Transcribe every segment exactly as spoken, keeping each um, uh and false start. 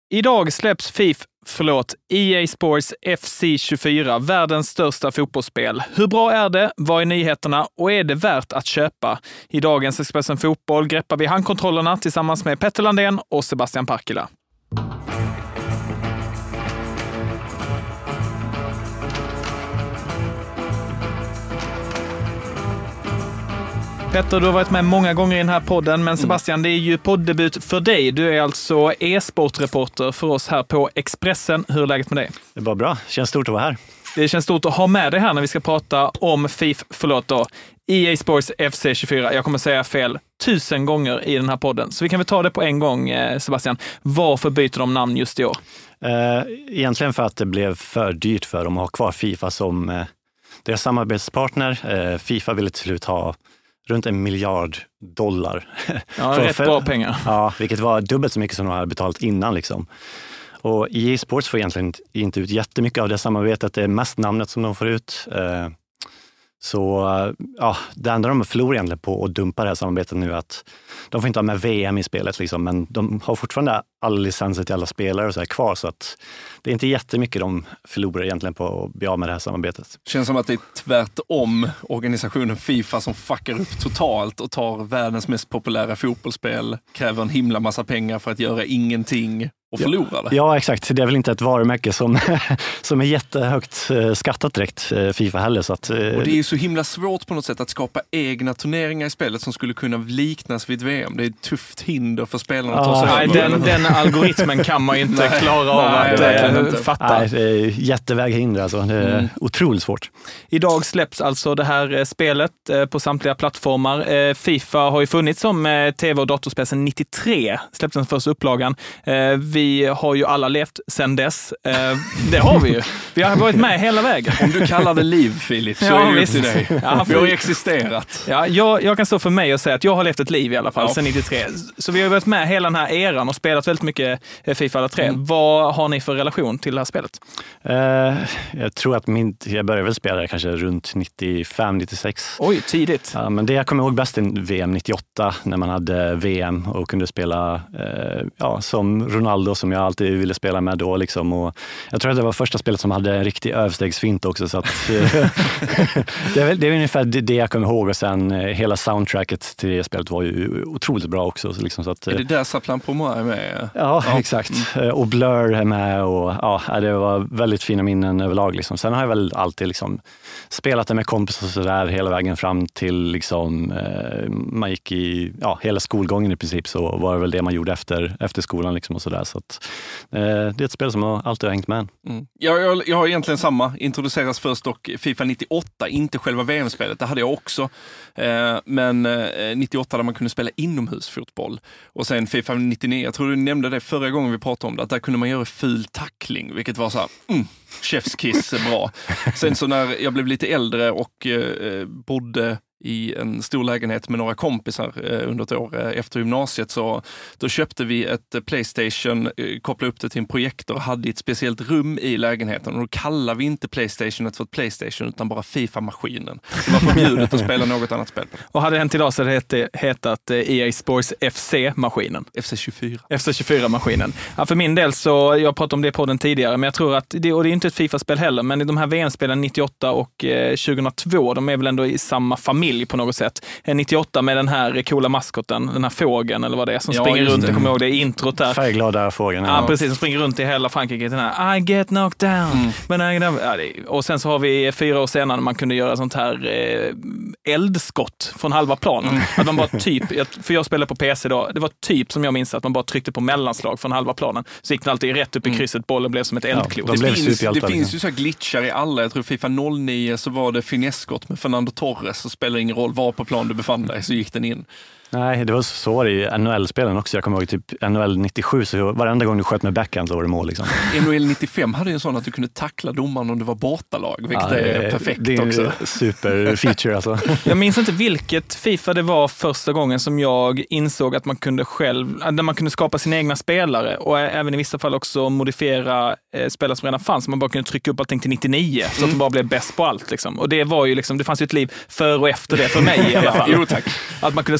Idag släpps FIFA, förlåt, E A Sports F C tjugofyra, världens största fotbollsspel. Hur bra är det? Vad är nyheterna? Och är det värt att köpa? I dagens Expressen Fotboll greppar vi handkontrollerna tillsammans med Petter Landén och Sebastian Parkila. Petter, du har varit med många gånger i den här podden, men Sebastian, det är ju poddebut för dig. Du är alltså e-sportreporter för oss här på Expressen. Hur är läget med dig? Det är bara bra. Känns stort att vara här. Det känns stort att ha med dig här när vi ska prata om FIFA, förlåt då, E A Sports F C tjugofyra. Jag kommer säga fel tusen gånger i den här podden. Så vi kan väl ta det på en gång, Sebastian. Varför byter de namn just i år? Egentligen för att det blev för dyrt för dem att ha kvar FIFA som deras samarbetspartner. FIFA ville till slut ha runt en miljard dollar. Ja, rätt för, bra pengar. Ja, vilket var dubbelt så mycket som de hade betalat innan. Liksom. Och E A Sports får egentligen inte ut jättemycket av det samarbetet. Det är mest namnet som de får ut. Så ja, det enda de förlorar egentligen på att dumpa det här samarbetet nu är att de får inte ha med V M i spelet, liksom, men de har fortfarande alla licenser till alla spelare och så här kvar, så att det är inte jättemycket de förlorar egentligen på att bli av med det här samarbetet. Känns som att det är tvärtom organisationen FIFA som fuckar upp totalt och tar världens mest populära fotbollsspel, kräver en himla massa pengar för att göra ingenting och förlora det. Ja, exakt. Det är väl inte ett varumärke som, som är jättehögt skattat direkt, FIFA heller. Så att, och det är ju så himla svårt på något sätt att skapa egna turneringar i spelet som skulle kunna liknas vid V M. Det är ett tufft hinder för spelarna att ta sig nej, den, den algoritmen kan man ju inte nej, klara av nej, att äh, inte. fatta. Nej, det är jätteväghinder alltså. Det är mm. otroligt svårt. Idag släpps alltså det här spelet på samtliga plattformar. FIFA har ju funnits som tv- och datorspel sedan nittiotre. Släpptes den första upplagan. Vi har ju alla levt sedan dess. Det har vi ju. Vi har varit med hela vägen. Om du kallar det liv, Filip, så ja, är det ju till dig. Ja, vi har ju existerat. Ja, jag, jag kan stå för mig och säga att jag har levt ett liv i alla fall ja. sedan nittiotre. Så vi har varit med hela den här eran och spelat väldigt mycket FIFA alla tre. Mm. Vad har ni för relation till det här spelet? Uh, jag tror att min, jag började väl spela kanske runt nittiofem nittiosex. Oj, tidigt. Ja, men det jag kommer ihåg bäst i V M nittioåtta när man hade V M och kunde spela uh, ja, som Ronaldo som jag alltid ville spela med då. Liksom. Och jag tror att det var första spelet som hade en riktig överstegsfint också. Så att, det, är, det är ungefär det jag kommer ihåg, och sen hela soundtracket till det spelet var ju otroligt bra också. Så liksom, så att, är det där Saplan på mig är med? Ja, ja. exakt. Mm. Och Blur är med och ja, det var väldigt fina minnen överlag. Liksom. Sen har jag väl alltid liksom, spelat det med kompisar och sådär hela vägen fram till liksom, eh, man gick i ja, hela skolgången i princip, så var det väl det man gjorde efter, efter skolan liksom, och sådär. Så att, eh, det är ett spel som har alltid har hängt med. Mm. Jag, jag, jag har egentligen samma. Introduceras först dock FIFA nittioåtta, inte själva V M-spelet. Det hade jag också. Eh, men eh, nittioåtta där man kunde spela inomhusfotboll. Och sen FIFA nittionio, jag tror du nämnde det förra gången vi pratade om det, att där kunde man göra ful tackling, vilket var så här, mm, chefskiss bra. Sen så när jag blev lite äldre och eh, bodde i en stor lägenhet med några kompisar eh, under ett år eh, efter gymnasiet, så då köpte vi ett eh, PlayStation, eh, kopplade upp det till en projektor och hade ett speciellt rum i lägenheten, och då kallar vi inte PlayStationet för ett PlayStation utan bara FIFA-maskinen. Det var förbjudet att spela något annat spel. Och hade det hänt idag så hade det hetat eh, E A Sports F C-maskinen. F C tjugofyra. F C tjugofyra-maskinen. Ja, för min del så, jag pratade om det på den tidigare, men jag tror att, det, och det är inte ett FIFA-spel heller, men de här V M-spelen nittioåtta och eh, tjugohundratvå, de är väl ändå i samma familj på något sätt. nittioåtta med den här coola maskotten, den här fågeln eller vad det är som ja, springer runt. Det. Jag kommer ihåg det i introt där. Färgglada fågeln. Ja, ja, precis. Som springer runt i hela Frankrike. Den här I get knocked down. Mm. Men I get... ja, det... Och sen så har vi fyra år senare när man kunde göra sånt här eh, eldskott från halva planen. Mm. Att man bara typ, för jag spelade på P C då, det var typ som jag minns att man bara tryckte på mellanslag från halva planen. Så gick den alltid rätt upp i krysset, bollen blev som ett eldklot. Ja, de det finns, det finns ju så här glitchar i alla. Jag tror FIFA noll nio så var det finessskott med Fernando Torres, så spelar ingen roll var på plan du befann dig, så gick den in. Nej, det var så i N H L-spelen också. Jag kommer ihåg typ N H L nittiosju, så varenda gång du sköt med backhand så var det mål. Liksom. N H L nittiofem hade ju en sån att du kunde tackla domaren om det var bortalag, vilket ja, är perfekt det är också. Super feature alltså. Jag minns inte vilket FIFA det var första gången som jag insåg att man kunde själv, där man kunde skapa sina egna spelare och även i vissa fall också modifiera eh, spelare som redan fanns. Man bara kunde trycka upp allting till nittionio så mm. att de bara blev bäst på allt. Liksom. Och det var ju liksom, det fanns ju ett liv före och efter det för mig i alla fall. Jo, tack. Att man kunde skapa sig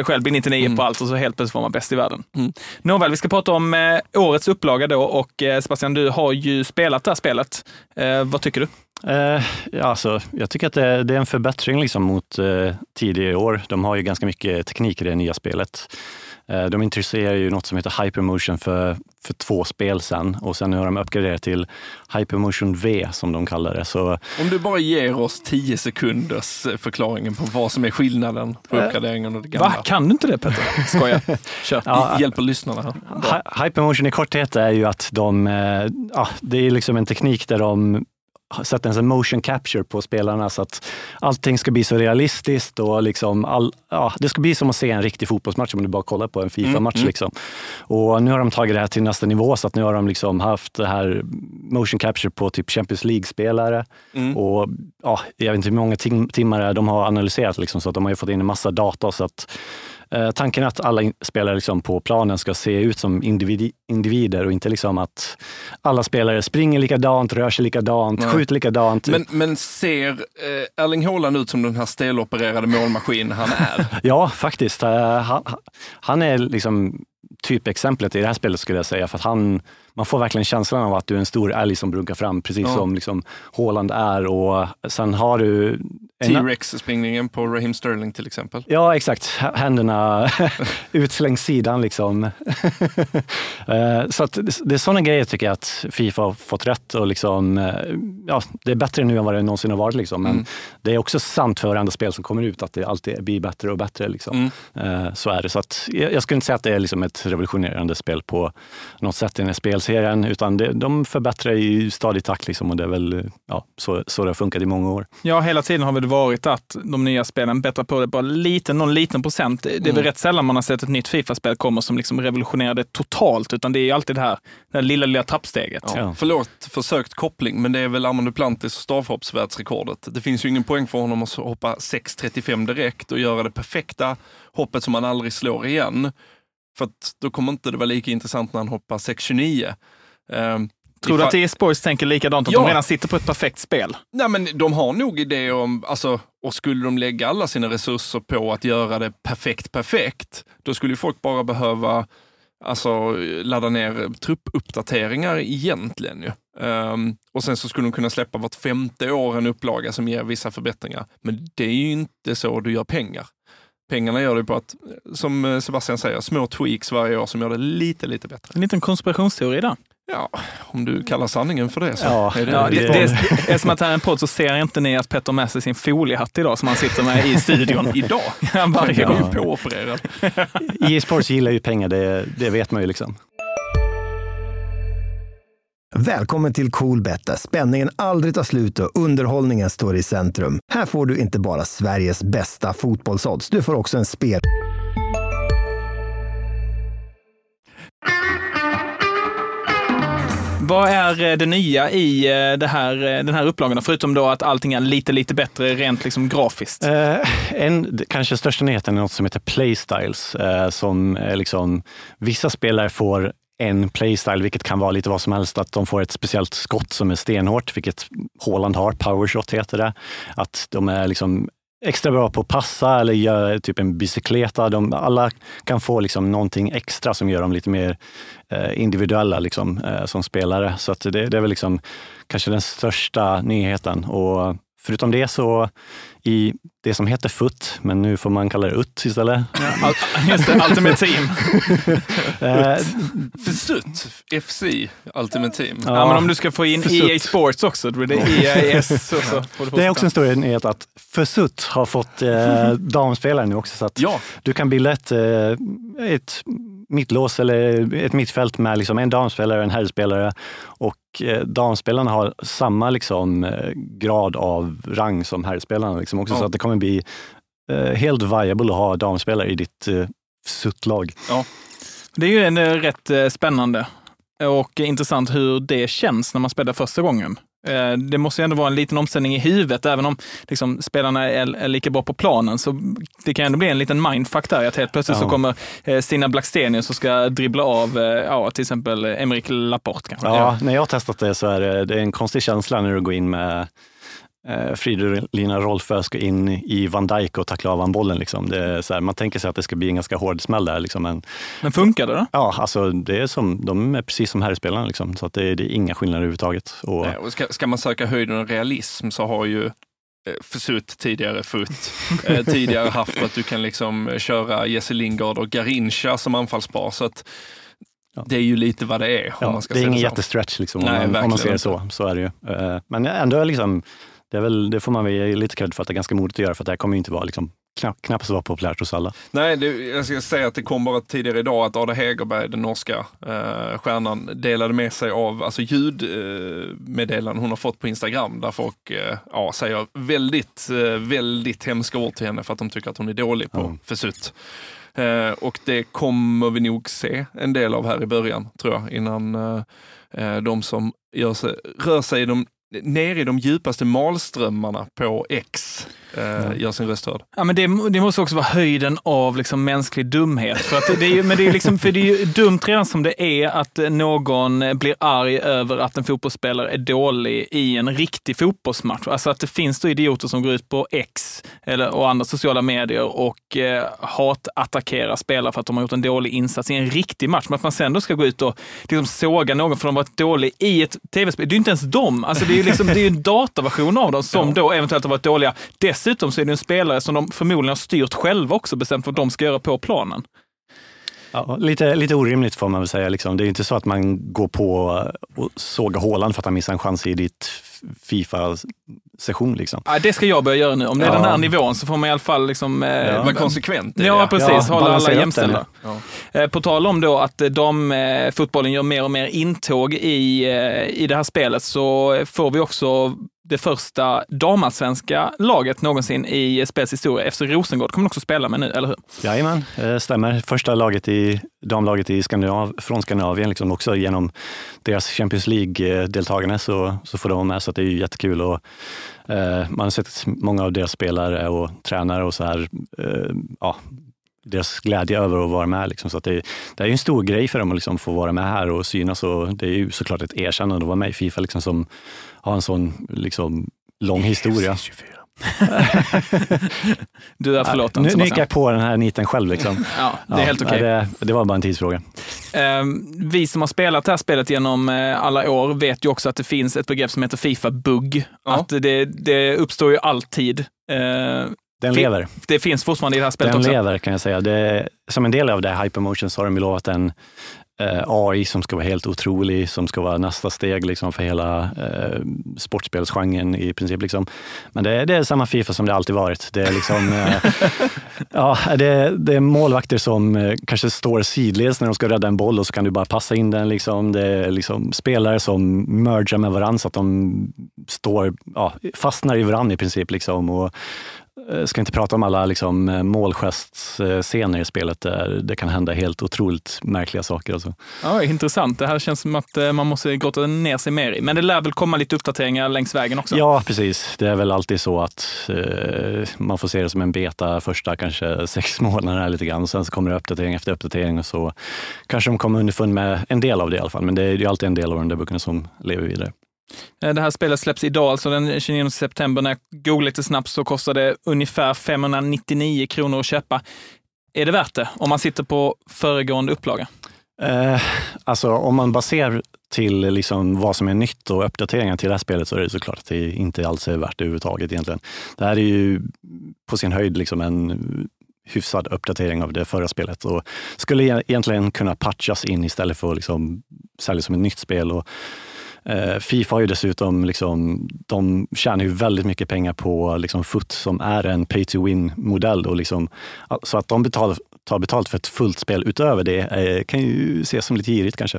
sig själv, blir nittionio Mm. på allt och så helt plötsligt var man bäst i världen. Mm. Nåväl, vi ska prata om eh, årets upplaga då och eh, Sebastian, du har ju spelat det här spelet. Eh, vad tycker du? Eh, ja, alltså, jag tycker att det, det är en förbättring liksom mot eh, tidigare år. De har ju ganska mycket teknik i det nya spelet. Eh, de introducerar ju något som heter Hypermotion för, för två spel sen och sen har de uppgraderat till Hypermotion V som de kallar det. Så, Om du bara ger oss tio sekunders förklaringen på vad som är skillnaden på uppgraderingen och det gamla. Va? Kan du inte det, Petter? Skoja. Kör. Ja, Hjälper lyssnarna här. Hy- Hypermotion i korthet är ju att de, eh, ja, det är liksom en teknik där de sätter en motion capture på spelarna så att allting ska bli så realistiskt och liksom all, ja, det ska bli som att se en riktig fotbollsmatch om du bara kollar på en FIFA-match. Mm, liksom. Och nu har de tagit det här till nästa nivå så att nu har de liksom haft det här motion capture på typ Champions League-spelare mm. och ja, jag vet inte hur många tim- timmar de har analyserat liksom, så att de har ju fått in en massa data så att eh, tanken är att alla spelare liksom på planen ska se ut som individ- individer och inte liksom att alla spelare springer likadant, rör sig likadant, Nej. skjuter likadant. Men, men ser eh, Erling Haaland ut som den här stelopererade målmaskin han är? Ja, faktiskt. Uh, han, han är liksom typexemplet i det här spelet skulle jag säga, för att han, man får verkligen känslan av att du är en stor älg som brukar fram, precis ja. som liksom Haaland är, och sen har du T-Rex-springningen på Raheem Sterling till exempel. Ja, exakt. Händerna utslängssidan liksom. Så att det är sådana grejer tycker jag att FIFA har fått rätt och liksom, ja, det är bättre nu än vad det någonsin har varit liksom. Men mm. det är också sant för varandra spel som kommer ut att det alltid blir bättre och bättre liksom. Mm. Så är det. Så att jag skulle inte säga att det är liksom ett revolutionerande spel på något sätt i den här spelserien, utan det, de förbättrar i stadig takt liksom, och det är väl ja, så, så det har funkat i många år. Ja, hela tiden har det varit att de nya spelen bättrar på det bara lite, någon liten procent. Det är mm. väl rätt sällan man har sett ett nytt FIFA-spel komma som liksom revolutionerar det totalt, utan det är ju alltid det här, det här lilla, lilla trappsteget. Ja. Ja. Förlåt, försökt koppling, men det är väl Armand Duplantis stavhoppsvärldsrekordet. Det finns ju ingen poäng för honom att hoppa sex trettiofem direkt och göra det perfekta hoppet som man aldrig slår igen. För att då kommer inte det vara lika intressant när han hoppar sex tjugonio. Um, Tror du att E A Sports tänker likadant, att ja. de redan sitter på ett perfekt spel? Nej, men de har nog idé om, alltså, och skulle de lägga alla sina resurser på att göra det perfekt perfekt, då skulle ju folk bara behöva alltså, ladda ner truppuppdateringar egentligen ju. Um, och sen så skulle de kunna släppa vart femte år en upplaga som ger vissa förbättringar. Men det är ju inte så du gör pengar. Pengarna gör det på att, som Sebastian säger, små tweaks varje år som gör det lite, lite bättre. En liten konspirationsteori där. Ja, om du kallar sanningen för det så ja, är det... Ja, det, det är, är som att här är en podd så ser inte ni att Petter med sig sin foliehatt idag som han sitter med i studion. Idag? Han varje gång ja. påopererad. E A Sports gillar ju pengar, det, det vet man ju liksom. Välkommen till Coolbet där spänningen aldrig tar slut och underhållningen står i centrum. Här får du inte bara Sveriges bästa fotbollsodds, du får också en spel... Vad är det nya i det här, den här upplagan, förutom då att allting är lite, lite bättre rent liksom grafiskt? Eh, en, kanske största nyheten är något som heter Playstyles, eh, som är liksom, vissa spelare får en playstyle, vilket kan vara lite vad som helst, att de får ett speciellt skott som är stenhårt, vilket Haaland har, powershot heter det, att de är liksom extra bra på att passa eller göra typ en bicykleta. De, alla kan få liksom någonting extra som gör dem lite mer eh, individuella liksom, eh, som spelare. Så att det, det är väl liksom kanske den största nyheten. Och förutom det så i det som heter F U T, men nu får man kalla det U T istället. Ja, just det, Ultimate Team. F U T, F C, Ultimate Team. Ja, ja, men om du ska få in E A Sports också, då är det E A S. Så, så får du det är också en stor nyhet att F U T har fått eh, damspelare nu också, så att ja. du kan bilda ett, eh, ett mittlås eller ett mittfält med liksom en damspelare och en herrspelare, och eh, damspelarna har samma liksom, eh, grad av rang som herrspelarna liksom också, ja. Så att det kommer bli eh, helt viable att ha damspelare i ditt eh, S U T-lag. Ja. Det är ju en, eh, rätt eh, spännande och intressant hur det känns när man spelar första gången. Det måste ju ändå vara en liten omställning i huvudet, även om liksom, spelarna är, är lika bra på planen, så det kan ändå bli en liten mindfuck där, att helt plötsligt ja. så kommer eh, Stina Blackstenius och ska dribbla av eh, ja, till exempel Emerick Laporte kanske. Ja, ja, när jag har testat det så är det, det är en konstig känsla när du går in med eh, Fridolina Rolfö ska in i Van Dijk och tackla av han bollen. Liksom. Det är så här, man tänker sig att det ska bli en ganska hård smäll där. Liksom. Men, men funkar det då? Ja, alltså det är som, de är precis som herrspelarna. Liksom. Så att det, det är inga skillnader överhuvudtaget. Och, Nej, och ska, ska man söka höjden och realism så har ju Försut tidigare fot. eh, tidigare haft att du kan liksom köra Jesse Lingard och Garincha som anfallspar. Så att ja. Det är ju lite vad det är. Om ja, man ska det är ingen det jättestretch liksom, Nej, om, man, om man ser det inte. så. Så är det ju. Uh, men ändå liksom, det, är väl, det får man väl ge lite cred för att det är ganska modigt att göra, för att det här kommer ju inte vara liksom, knapp, knappast vara populärt hos alla. Nej, det, jag ska säga att det kom bara tidigare idag att Ada Hegerberg, den norska eh, stjärnan, delade med sig av alltså ljudmeddelanden eh, hon har fått på Instagram, där folk eh, ja, säger väldigt, eh, väldigt hemska ord till henne för att de tycker att hon är dålig på mm. Försut. Eh, och det kommer vi nog se en del av här i början, tror jag, innan eh, de som gör sig, rör sig i de ner i de djupaste malströmmarna på X eh, mm. gör sin röst hörd. Ja, men det, det måste också vara höjden av liksom mänsklig dumhet. För att det är ju, men det är liksom, för det är ju dumt redan som det är att någon blir arg över att en fotbollsspelare är dålig i en riktig fotbollsmatch. Alltså att det finns då idioter som går ut på X eller, och andra sociala medier och eh, hatattackerar spelare för att de har gjort en dålig insats i en riktig match. Men att man sen då ska gå ut och liksom såga någon för att de har varit dålig i ett tv-spel. Det är ju inte ens dem. Alltså det är ju liksom, det är ju en dataversion av dem som ja. då eventuellt har varit dåliga. Dessutom så är det en spelare som de förmodligen har styrt själva också, bestämt vad de ska göra på planen. Ja, lite, lite orimligt får man väl säga. Liksom. Det är inte så att man går på och sågar Haaland för att han missar en chans i ditt FIFA-session. Liksom. Ja, det ska jag börja göra nu. Om det är ja. den här nivån så får man i alla fall liksom, eh, ja. vara konsekvent. Ja, ja, precis. Ja, hålla alla jämställda. Ja. Eh, på tal om då att de, eh, fotbollen gör mer och mer intåg i, eh, i det här spelet, så får vi också det första damallsvenska laget någonsin i spelets historia. F C Rosengård kommer också spela med nu, eller hur? Jajamän, det stämmer. Första laget i, damlaget i Skandinav, från Skandinavien, liksom också genom deras Champions League-deltagande så, så får de vara med, så att det är jättekul. Och, eh, man har sett många av deras spelare och tränare och så här, eh, ja, deras glädje över att vara med. Liksom. Så att det, det är ju en stor grej för dem att liksom få vara med här och synas, och det är ju såklart ett erkännande att vara med i FIFA liksom, som har en sån liksom, lång historia. Du är förlåten. Nu, nu gick jag på den här niten själv. Liksom. Ja, det är ja, helt okej. Okay. Det, det var bara en tidsfråga. Eh, vi som har spelat det här spelet genom eh, alla år vet ju också att det finns ett begrepp som heter FIFA-bugg. Ja. Att det, det uppstår ju alltid. Eh, Den lever. Det finns fortfarande i det här spelet Den också. Den lever kan jag säga. Det, som en del av det Hypermotion så har de lovat en eh, A I som ska vara helt otrolig, som ska vara nästa steg liksom, för hela eh, sportspelsgenren i princip. Liksom. Men det, det är samma FIFA som det alltid varit. Det är, liksom, eh, ja, det, det är målvakter som eh, kanske står sidledes när de ska rädda en boll, och så kan du bara passa in den. Liksom. Det är liksom spelare som mergar med varandra så att de står, ja, fastnar i varandra i princip. Liksom, och ska inte prata om alla liksom, målgestscener i spelet där det kan hända helt otroligt märkliga saker. Alltså. Ja, intressant. Det här känns som att man måste grotta ner sig mer i. Men det lär väl komma lite uppdateringar längs vägen också? Ja, precis. Det är väl alltid så att eh, man får se det som en beta första kanske sex månader lite grann. Och sen så kommer det uppdatering efter uppdatering, och så kanske de kommer underfund med en del av det i alla fall. Men det är ju alltid en del av den där böckerna som lever vidare. Det här spelet släpps idag, alltså den tjugonionde september. När jag googlar lite snabbt så kostar det ungefär femhundranittionio kronor att köpa. Är det värt det om man sitter på föregående upplaga? Eh, alltså om man baserar till liksom vad som är nytt och uppdateringar till det här spelet, så är det såklart att det inte alls är värt det överhuvudtaget egentligen. Det här är ju på sin höjd liksom en hyfsad uppdatering av det förra spelet, och skulle egentligen kunna patchas in istället för att liksom sälja som ett nytt spel. Och Uh, FIFA har ju dessutom, liksom, de tjänar ju väldigt mycket pengar på liksom, F U T som är en pay-to-win-modell. Och liksom, så att de betal, tar betalt för ett fullt spel utöver det uh, kan ju ses som lite girigt kanske.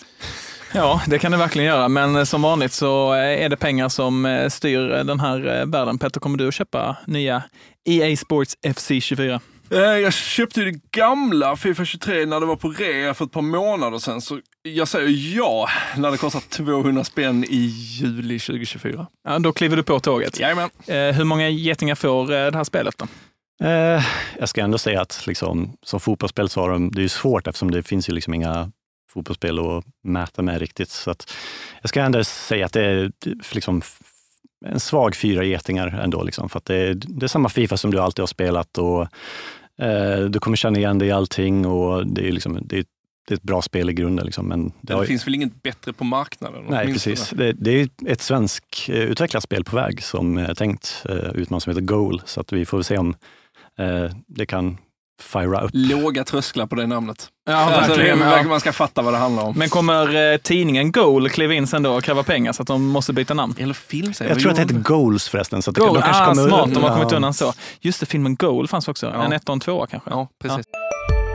Ja, det kan det verkligen göra. Men som vanligt så är det pengar som styr den här världen. Petter, kommer du att köpa nya E A Sports F C tjugofyra? Jag köpte ju det gamla FIFA tjugotre när det var på rea för ett par månader sedan. Så jag säger ja när det kostar tvåhundra spänn i juli tjugohundratjugofyra. Ja, då kliver du på tåget. Jajamän. Eh, hur många getingar får eh, det här spelet då? Eh, jag ska ändå säga att liksom, som fotbollsspel så har de, det är ju svårt eftersom det finns ju liksom inga fotbollsspel att mäta med riktigt. Så att jag ska ändå säga att det är liksom en svag fyra getingar ändå. Liksom, för att det, är, det är samma FIFA som du alltid har spelat och eh, du kommer känna igen dig i allting och det är, liksom, det är, det är ett bra spel i grunden. Liksom, men det, det har, finns väl inget bättre på marknaden? Nej, precis. Det, det är ett svensk eh, utvecklat spel på väg som är tänkt eh, utman som heter Goal. Så att vi får se om eh, det kan fira upp. Låga trösklar på det namnet. Ja, alltså, det är, ja. Man ska fatta vad det handlar om. Men kommer eh, tidningen Goal kliva in sen då och kräva pengar så att de måste byta namn? Eller film. Jag tror att det heter Goals förresten. Så att Goal, de kanske ah, kommer smart, de har ja. kommit undan så. Just det, filmen Goal fanns också. Ja. En ett och en tvåa kanske. Ja, precis. Ja.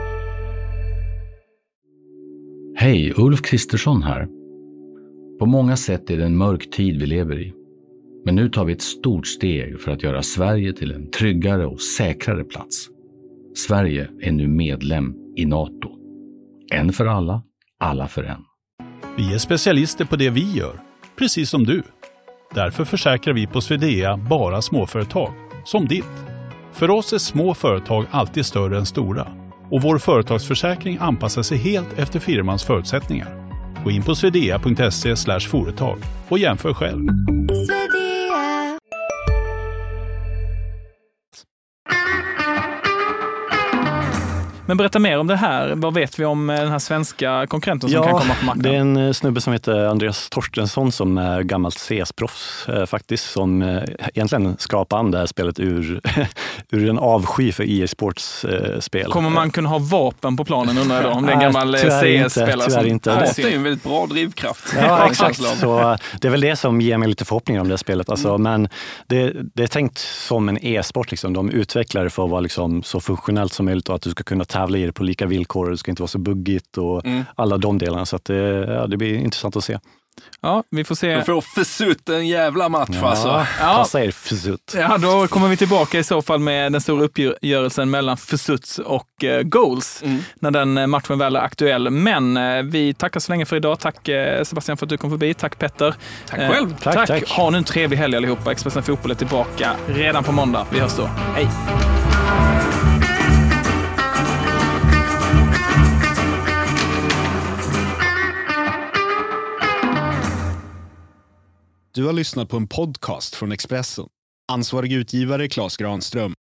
Hej, Ulf Kristersson här. På många sätt är det en mörk tid vi lever i. Men nu tar vi ett stort steg för att göra Sverige till en tryggare och säkrare plats. Sverige är nu medlem i NATO. En för alla, alla för en. Vi är specialister på det vi gör, precis som du. Därför försäkrar vi på Swedea bara småföretag, som ditt. För oss är små företag alltid större än stora. Och vår företagsförsäkring anpassar sig helt efter firmans förutsättningar. Gå in på swedea punkt se slash företag och jämför själv. Men berätta mer om det här. Vad vet vi om den här svenska konkurrenten som ja, kan komma på marknaden? Det är en snubbe som heter Andreas Torstensson som är gammalt C S-proffs eh, faktiskt, som eh, egentligen skapade an det här spelet ur, ur en avsky för E A Sports eh, spel. Kommer man kunna ha vapen på planen undrar jag då? Om det är en Nej, gammal tyvärr C inte, S-spelare? tyvärr som... inte. Nej, Det är ju en väldigt bra drivkraft. Ja, exakt. Så det är väl det som ger mig lite förhoppningar om det här spelet. Alltså, Mm. Men det, det är tänkt som en e-sport. Liksom. De utvecklar det för att vara liksom så funktionellt som möjligt och att du ska kunna tävla i det på lika villkor. Det ska inte vara så buggigt och Mm. alla de delarna. Så att det, ja, det blir intressant att se. Ja, vi får se. De får försutt en jävla match Ja, alltså. Ja. passa er försutt. Ja, då kommer vi tillbaka i så fall med den stora uppgörelsen mellan Försuts och eh, Goals Mm. när den matchen väl är aktuell. Men eh, vi tackar så länge för idag. Tack eh, Sebastian för att du kom förbi. Tack Petter. Tack själv. Eh, Tack, tack. tack. Ha nu en trevlig helg allihopa. Expressen Fotboll är tillbaka redan på måndag. Vi hörs då. Hej! Du har lyssnat på en podcast från Expressen. Ansvarig utgivare Claes Granström.